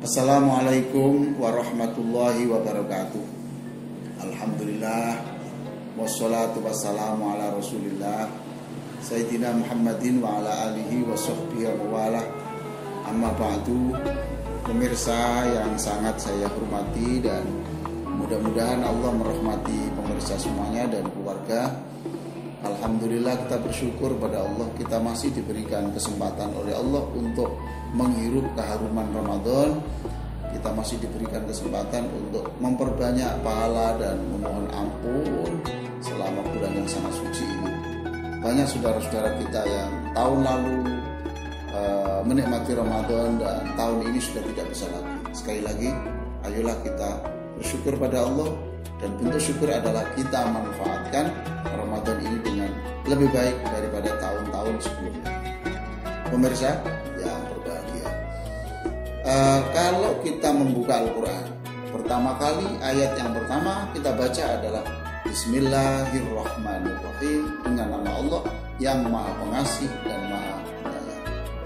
Assalamualaikum warahmatullahi wabarakatuh. Alhamdulillah wassalatu wassalamu ala Rasulillah Sayyidina Muhammadin wa ala alihi wa sahbihi wa wala. Amma ba'du. Pemirsa yang sangat saya hormati dan mudah-mudahan Allah merahmati pemirsa semuanya dan keluarga. Alhamdulillah kita bersyukur pada Allah, kita masih diberikan kesempatan oleh Allah untuk menghirup keharuman Ramadan. Kita masih diberikan kesempatan untuk memperbanyak pahala dan memohon ampun selama bulan yang sangat suci ini. Banyak saudara-saudara kita yang tahun lalu menikmati Ramadan dan tahun ini sudah tidak bisa lagi. Sekali lagi, ayolah kita bersyukur pada Allah, dan bentuk syukur adalah kita manfaatkan Ramadan ini dengan lebih baik daripada tahun-tahun sebelumnya. Pemirsa yang berbahagia, kalau kita membuka Al-Quran, pertama kali ayat yang pertama kita baca adalah Bismillahirrahmanirrahim, dengan nama Allah yang Maha Pengasih dan Maha Penyayang.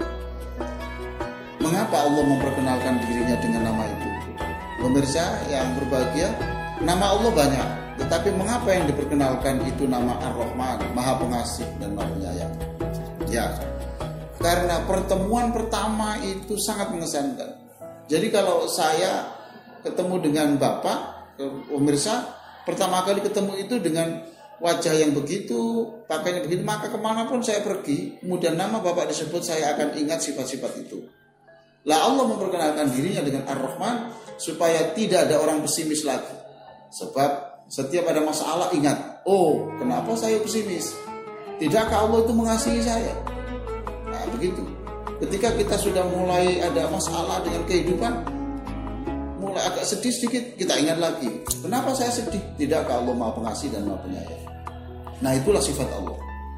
Mengapa Allah memperkenalkan dirinya dengan nama itu? Pemirsa yang berbahagia, nama Allah banyak, tetapi mengapa yang diperkenalkan itu nama Ar-Rahman, Maha Pengasih dan Maha Penyayang? Ya, karena pertemuan pertama itu sangat mengesankan. Jadi kalau saya ketemu dengan Bapak, pemirsa, pertama kali ketemu itu dengan wajah yang begitu, pakainya begitu, maka kemanapun saya pergi, kemudian nama Bapak disebut, saya akan ingat sifat-sifat itu. Lah Allah memperkenalkan dirinya dengan Ar-Rahman supaya tidak ada orang pesimis lagi. Sebab setiap ada masalah ingat, oh kenapa saya pesimis? Tidakkah Allah itu mengasihi saya? Nah begitu. Ketika kita sudah mulai ada masalah dengan kehidupan, mulai agak sedih sedikit, kita ingat lagi, kenapa saya sedih? Tidakkah Allah Maha Pengasih dan Maha Penyayang? Nah itulah sifat Allah.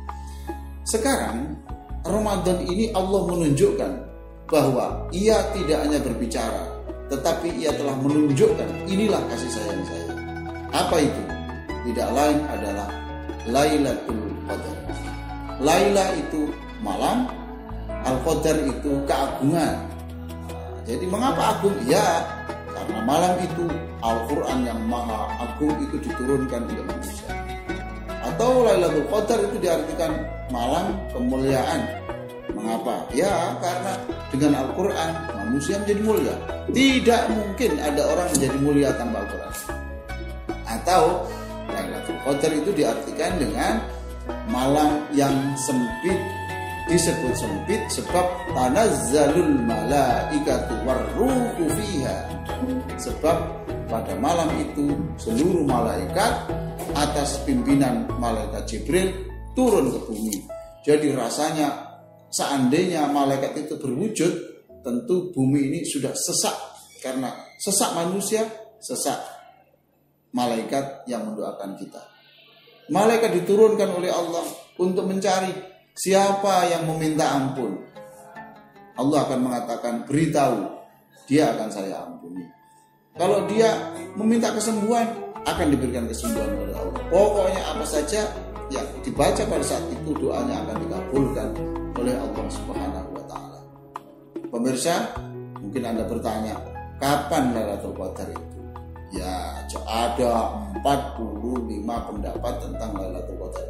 Sekarang Ramadan ini Allah menunjukkan bahwa ia tidak hanya berbicara, tetapi ia telah menunjukkan inilah kasih sayang saya. Apa itu? Tidak lain adalah Lailatul Qadar. Laila itu malam, Al-Qadar itu keagungan. Jadi mengapa agung? Ya, karena malam itu Al-Quran yang maha agung itu diturunkan untuk manusia. Atau Lailatul Qadar itu diartikan malam kemuliaan. Mengapa? Ya, karena dengan Al-Quran manusia menjadi mulia. Tidak mungkin ada orang menjadi mulia tanpa Al-Quran. Atau Lailatul Qadar itu diartikan dengan malam yang sempit. Disebut sempit sebab tanazzalul malaikatu warruhu fiha. Sebab pada malam itu seluruh malaikat atas pimpinan malaikat Jibril turun ke bumi. Jadi rasanya seandainya malaikat itu berwujud, tentu bumi ini sudah sesak, karena sesak manusia, sesak malaikat yang mendoakan kita. Malaikat diturunkan oleh Allah untuk mencari siapa yang meminta ampun. Allah akan mengatakan, beritahu, dia akan saya ampuni. Kalau dia meminta kesembuhan, akan diberikan kesembuhan oleh Allah. Pokoknya apa saja yang dibaca pada saat itu, doanya akan dikabulkan oleh Allah Subhanahu wa taala. Pemirsa, mungkin Anda bertanya, kapan Lailatul Qadar itu? Ya, ada 45 pendapat tentang Lailatul Qadar.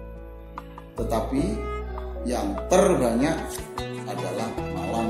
Tetapi yang terbanyak adalah malam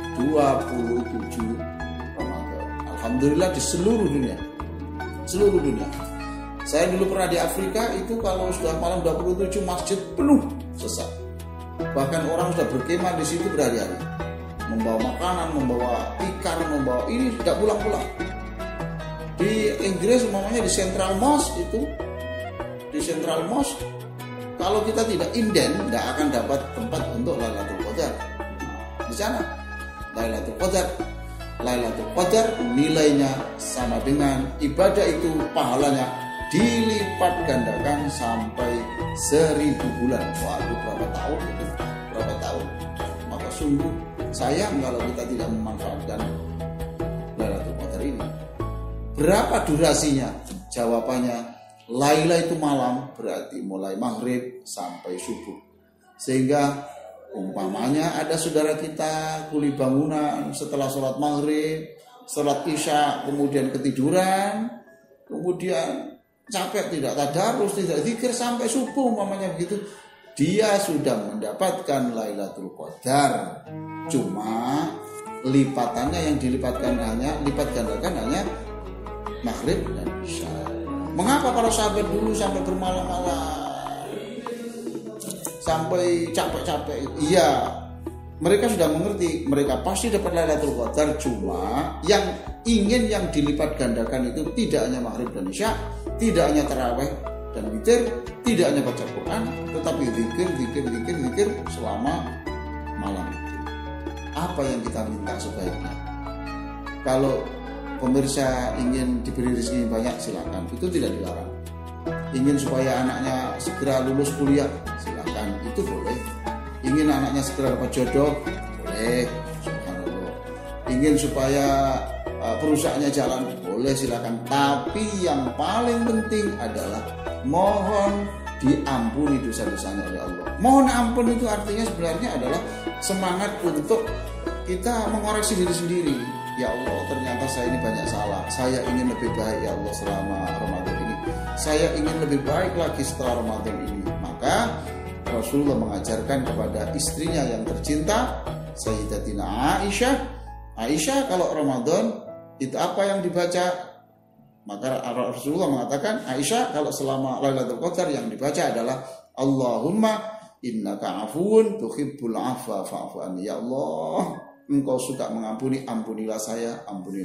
27 Ramadan. Alhamdulillah di seluruh dunia. Seluruh dunia. Saya dulu pernah di Afrika, itu kalau sudah malam 27 masjid penuh sesak. Bahkan orang sudah berkemah di situ berhari-hari, membawa makanan, membawa ikan, membawa ini tidak pulang-pulang. Di Inggris umpamanya di Central Mosque itu, di Central Mosque, kalau kita tidak inden, tidak akan dapat tempat untuk Lailatul Qadar. Di sana Lailatul Qadar nilainya sama dengan ibadah itu, pahalanya dilipat gandakan sampai 1000 bulan. Waduh, berapa tahun itu? Berapa tahun? Maka sungguh sayang kalau kita tidak memanfaatkan Lailatul Qadar ini. Berapa durasinya? Jawabannya, Laila itu malam, berarti mulai maghrib sampai subuh. Sehingga Umpamanya ada saudara kita kuli bangunan setelah sholat maghrib, sholat isya, kemudian ketiduran, kemudian capek, tidak tadarus, tidak zikir sampai subuh umpamanya begitu, dia sudah mendapatkan Lailatul Qadar. Cuma lipatannya yang lipat gandakan hanya maghrib dan isya. Mengapa para sahabat dulu sampai bermalam-malam, sampai capek-capek? Iya, mereka sudah mengerti, mereka pasti dapat Lailatul Qadar. Cuma yang dilipat gandakan itu tidak hanya maghrib dan isya, tidak hanya tarawih dan witir, tidak hanya baca Quran, tetapi zikir selama malam. Apa yang kita minta sebaiknya? Kalau pemirsa ingin diberi rezeki banyak, silakan, itu tidak dilarang. Ingin supaya anaknya segera lulus kuliah, silakan, itu boleh. Ingin anaknya segera dapat jodoh, boleh, subhanallah. Ingin supaya perusahaannya jalan, boleh, silakan. Tapi yang paling penting adalah mohon diampuni dosa-dosanya oleh Allah. Mohon ampun itu artinya sebenarnya adalah semangat untuk kita mengoreksi diri sendiri. Ya Allah, ternyata saya ini banyak salah. Saya ingin lebih baik ya Allah selama Ramadan ini. Saya ingin lebih baik lagi setelah Ramadan ini. Maka Rasulullah mengajarkan kepada istrinya yang tercinta, Sayyidatina Aisyah, kalau Ramadan itu apa yang dibaca? Maka Rasulullah mengatakan, Aisyah, kalau selama Lailatul Qadar yang dibaca adalah Allahumma innaka afuwun tuhibbul afwa fa'fu anni. Ya Allah, Engkau suka mengampuni, ampunilah saya.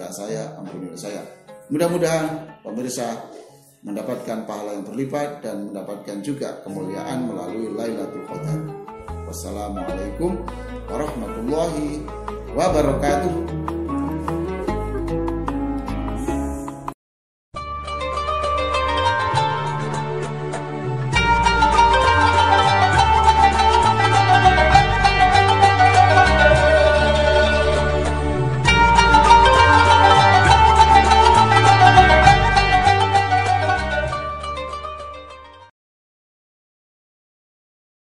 Mudah-mudahan pemirsa mendapatkan pahala yang berlipat dan mendapatkan juga kemuliaan melalui Lailatul Qadar. Wassalamualaikum warahmatullahi wabarakatuh.